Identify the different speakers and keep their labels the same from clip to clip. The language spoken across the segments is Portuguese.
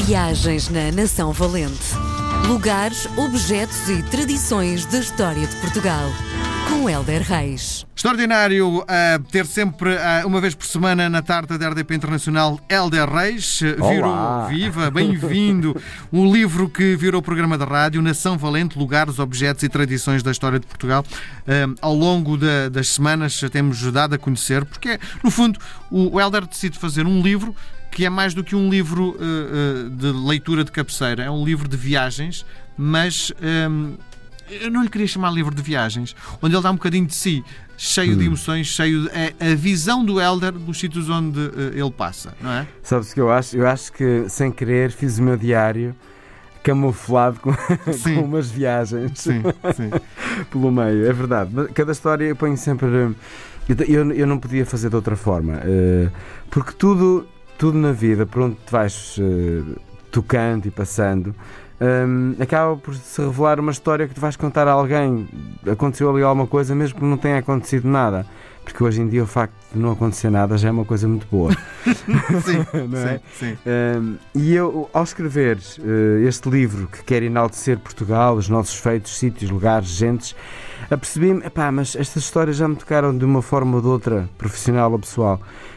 Speaker 1: Viagens na Nação Valente. Lugares, objetos e tradições da história de Portugal. Com Hélder Reis.
Speaker 2: Extraordinário ter sempre, uma vez por semana, na tarde da RDP Internacional, Hélder Reis. Viva, bem-vindo. Um livro que virou programa de rádio, Nação Valente, Lugares, Objetos e Tradições da História de Portugal. Ao longo das semanas temos dado a conhecer, porque, no fundo, o Hélder decide fazer um livro que é mais do que um livro de leitura de cabeceira. É um livro de viagens, mas eu não lhe queria chamar livro de viagens, onde ele dá um bocadinho de si, cheio de emoções, cheio de a visão do Hélder dos sítios onde ele passa, não é?
Speaker 3: Sabes o que eu acho? Eu acho que, sem querer, fiz o meu diário camuflado com umas viagens.
Speaker 2: Sim.
Speaker 3: Pelo meio, é verdade. Cada história eu ponho sempre... Eu não podia fazer de outra forma, porque tudo na vida, por onde te vais tocando e passando, acaba por se revelar uma história que tu vais contar a alguém. Aconteceu ali alguma coisa, mesmo que não tenha acontecido nada, porque hoje em dia o facto de não acontecer nada já é uma coisa muito boa. Não é?
Speaker 2: Sim.
Speaker 3: E eu, ao escrever este livro que quer enaltecer Portugal, os nossos feitos, sítios, lugares, gentes, apercebi-me, mas estas histórias já me tocaram de uma forma ou de outra, profissional ou pessoal,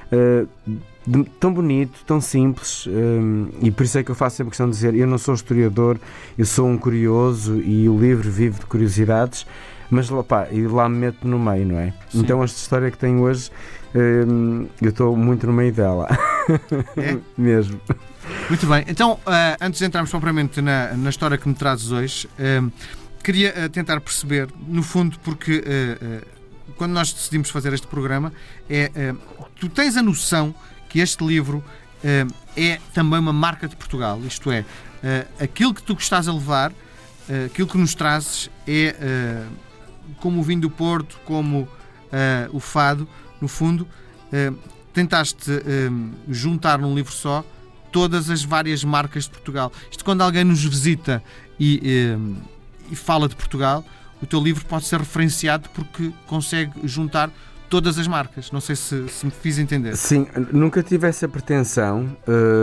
Speaker 3: tão bonito, tão simples, e por isso é que eu faço sempre questão de dizer: eu não sou historiador, eu sou um curioso e o livro vive de curiosidades, mas lá me meto no meio, não é? Sim. Então esta história que tenho hoje, eu estou muito no meio dela.
Speaker 2: É?
Speaker 3: Mesmo.
Speaker 2: Muito bem, então antes de entrarmos propriamente na história que me trazes hoje, queria tentar perceber, no fundo, porque quando nós decidimos fazer este programa, tu tens a noção que este livro é também uma marca de Portugal, isto é, aquilo que tu estás a levar, aquilo que nos trazes é como o vinho do Porto, como o fado, no fundo, tentaste juntar num livro só todas as várias marcas de Portugal. Isto, quando alguém nos visita e fala de Portugal, o teu livro pode ser referenciado porque consegue juntar todas as marcas. Não sei se me fiz entender.
Speaker 3: Sim, nunca tive essa pretensão.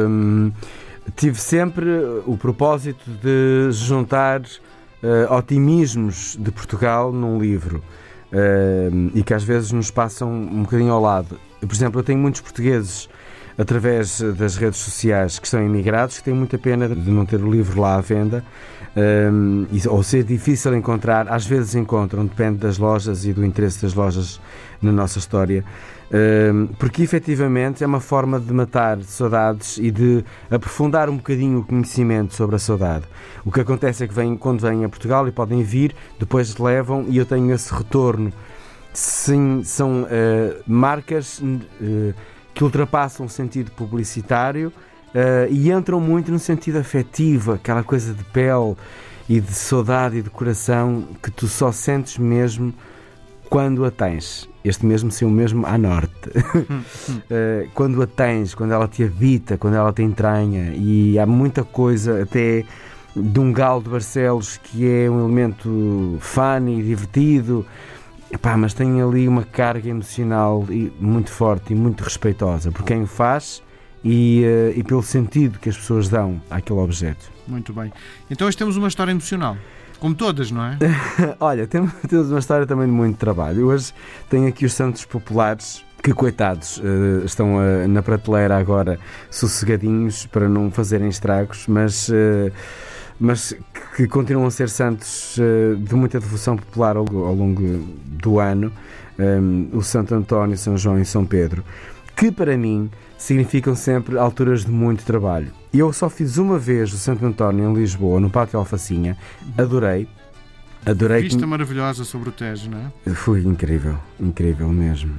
Speaker 3: Tive sempre o propósito de juntar otimismos de Portugal num livro, e que às vezes nos passam um bocadinho ao lado. Por exemplo, eu tenho muitos portugueses através das redes sociais que são imigrados, que têm muita pena de não ter o livro lá à venda, ou ser difícil encontrar. Às vezes encontram, depende das lojas e do interesse das lojas na nossa história, porque efetivamente é uma forma de matar saudades e de aprofundar um bocadinho o conhecimento sobre a saudade. O que acontece é que quando vêm a Portugal e podem vir, depois levam, e eu tenho esse retorno. Sim, são marcas que ultrapassam o sentido publicitário e entram muito no sentido afetivo, aquela coisa de pele e de saudade e de coração que tu só sentes mesmo quando a tens. Este mesmo ser o mesmo à norte. Quando a tens, quando ela te habita, quando ela te entranha. E há muita coisa, até de um galo de Barcelos, que é um elemento funny e divertido, mas tem ali uma carga emocional muito forte e muito respeitosa por quem o faz e pelo sentido que as pessoas dão àquele objeto.
Speaker 2: Muito bem. Então hoje temos uma história emocional. Como todas, não é?
Speaker 3: Olha, temos uma história também de muito trabalho. Hoje tenho aqui os Santos Populares, que, coitados, estão na prateleira agora, sossegadinhos, para não fazerem estragos, mas que continuam a ser santos de muita devoção popular ao longo do ano, o Santo António, São João e São Pedro, que para mim significam sempre alturas de muito trabalho. Eu só fiz uma vez o Santo António em Lisboa, no Pátio Alfacinha. Adorei.
Speaker 2: Vista maravilhosa sobre o Tejo, não é?
Speaker 3: Foi incrível mesmo.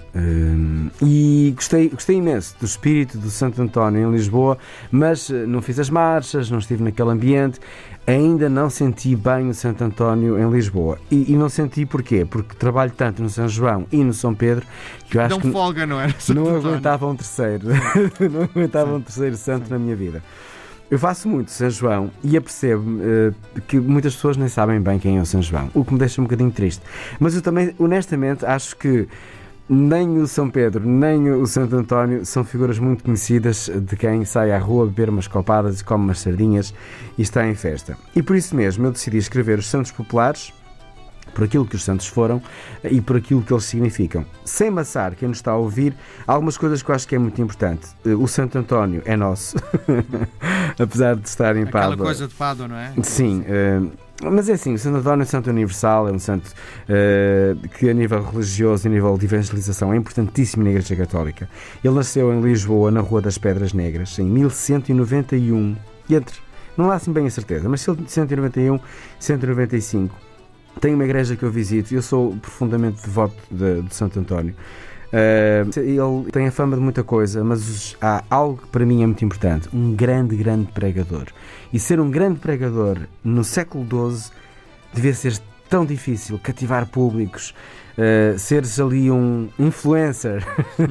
Speaker 3: E gostei imenso do espírito do Santo António em Lisboa, mas não fiz as marchas, não estive naquele ambiente, ainda não senti bem o Santo António em Lisboa. E não senti porquê? Porque trabalho tanto no São João e no São Pedro que eu acho que
Speaker 2: folga, não era?
Speaker 3: Não aguentava um terceiro. Não aguentava um terceiro santo na minha vida. Eu faço muito São João e apercebo-me que muitas pessoas nem sabem bem quem é o São João, o que me deixa um bocadinho triste. Mas eu também, honestamente, acho que Nem o São Pedro, nem o Santo António são figuras muito conhecidas de quem sai à rua beber umas copadas e come umas sardinhas e está em festa. E por isso mesmo eu decidi escrever os santos populares por aquilo que os santos foram e por aquilo que eles significam. Sem maçar quem nos está a ouvir, há algumas coisas que eu acho que é muito importante. O Santo António é nosso, apesar de estar em Pádua.
Speaker 2: Aquela coisa de Pádua, não é?
Speaker 3: Sim, mas é assim, o Santo António é um santo universal, é um santo que a nível religioso e a nível de evangelização é importantíssimo na Igreja Católica. Ele nasceu em Lisboa, na Rua das Pedras Negras, em 1191, não há assim bem a certeza, mas 191, 195. Tem uma igreja que eu visito e eu sou profundamente devoto de Santo António. Ele tem a fama de muita coisa, mas há algo que para mim é muito importante: um grande pregador. E ser um grande pregador no século XII devia ser tão difícil, cativar públicos, seres ali um influencer.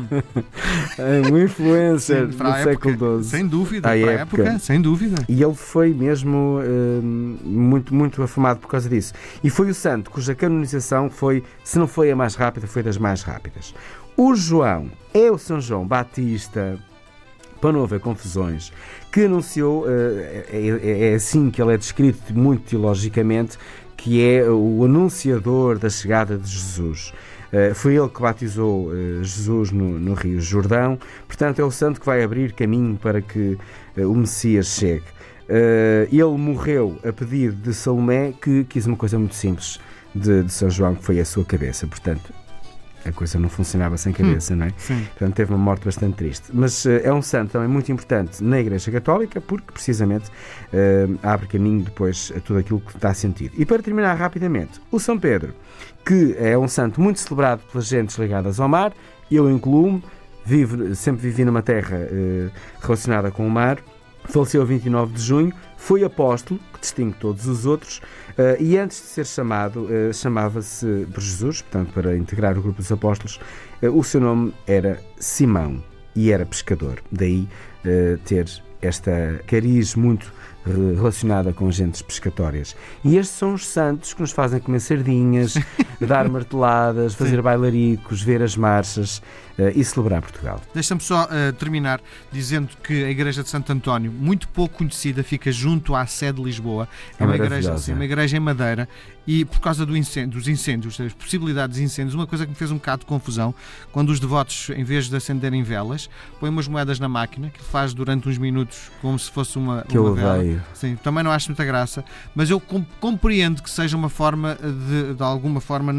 Speaker 3: Um influencer do século XII.
Speaker 2: Sem dúvida, para a época, sem dúvida.
Speaker 3: E ele foi mesmo muito afamado por causa disso. E foi o santo cuja canonização foi, se não foi a mais rápida, foi das mais rápidas. O João é o São João Batista, para não haver confusões, que anunciou, é assim que ele é descrito muito teologicamente, que é o anunciador da chegada de Jesus. Foi ele que batizou Jesus no Rio Jordão, portanto é o santo que vai abrir caminho para que o Messias chegue. Ele morreu a pedido de Salomé, que quis uma coisa muito simples de São João, que foi a sua cabeça, portanto a coisa não funcionava sem cabeça, não é?
Speaker 2: Sim.
Speaker 3: Portanto, teve uma morte bastante triste. Mas é um santo também muito importante na Igreja Católica, porque precisamente abre caminho depois a tudo aquilo que dá sentido. E para terminar rapidamente, o São Pedro, que é um santo muito celebrado pelas gentes ligadas ao mar, eu incluo-me, sempre vivi numa terra relacionada com o mar, faleceu a 29 de junho, foi apóstolo, que distingue todos os outros, e antes de ser chamado, chamava-se por Jesus, portanto, para integrar o grupo dos apóstolos, o seu nome era Simão e era pescador. Daí ter esta cariz muito relacionada com agentes pescatórias. E estes são os santos que nos fazem comer sardinhas, dar marteladas, fazer bailaricos, ver as marchas e celebrar Portugal.
Speaker 2: Deixa-me só terminar dizendo que a Igreja de Santo António, muito pouco conhecida, fica junto à sede de Lisboa. É uma igreja em madeira, e por causa dos incêndios, das possibilidades de incêndios, uma coisa que me fez um bocado de confusão, quando os devotos, em vez de acenderem velas, põem umas moedas na máquina, que faz durante uns minutos como se fosse uma vela. Sim, também não acho muita graça, mas eu compreendo que seja uma forma de alguma forma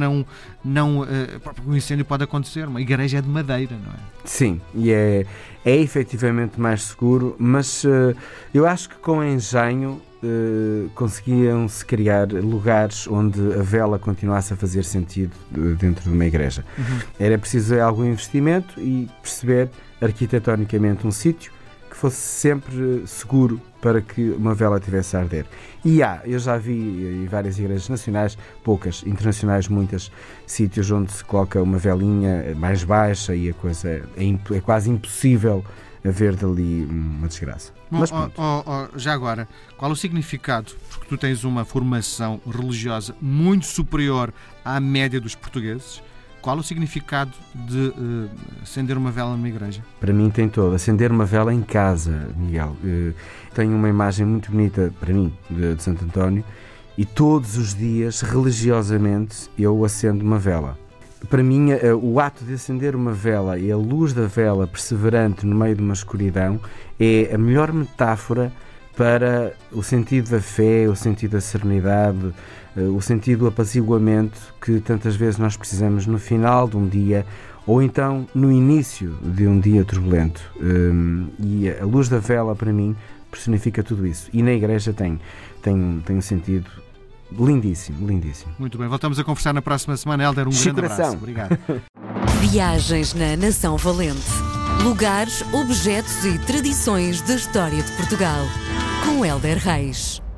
Speaker 2: o incêndio pode acontecer. Uma igreja é de madeira, não é? Sim,
Speaker 3: e é efetivamente mais seguro, mas eu acho que com engenho conseguiam-se criar lugares onde a vela continuasse a fazer sentido dentro de uma igreja. Era preciso algum investimento e perceber arquitetonicamente um sítio que fosse sempre seguro para que uma vela tivesse a arder. E eu já vi em várias igrejas nacionais, poucas, internacionais muitas, sítios onde se coloca uma velinha mais baixa e a coisa é quase impossível haver dali uma desgraça.
Speaker 2: Bom, mas já agora, qual o significado, porque tu tens uma formação religiosa muito superior à média dos portugueses, qual o significado de acender uma vela numa igreja?
Speaker 3: Para mim tem todo. Acender uma vela em casa, Miguel. Tenho uma imagem muito bonita, para mim, de Santo António, e todos os dias, religiosamente, eu acendo uma vela. Para mim, o ato de acender uma vela e a luz da vela perseverante no meio de uma escuridão é a melhor metáfora para o sentido da fé, o sentido da serenidade, o sentido do apaziguamento que tantas vezes nós precisamos no final de um dia ou então no início de um dia turbulento. E a luz da vela, para mim, personifica tudo isso. E na igreja tem um sentido lindíssimo, lindíssimo.
Speaker 2: Muito bem, voltamos a conversar na próxima semana. Hélder, grande abraço. Obrigado.
Speaker 1: Viagens na Nação Valente. Lugares, objetos e tradições da história de Portugal. Com Hélder Reis.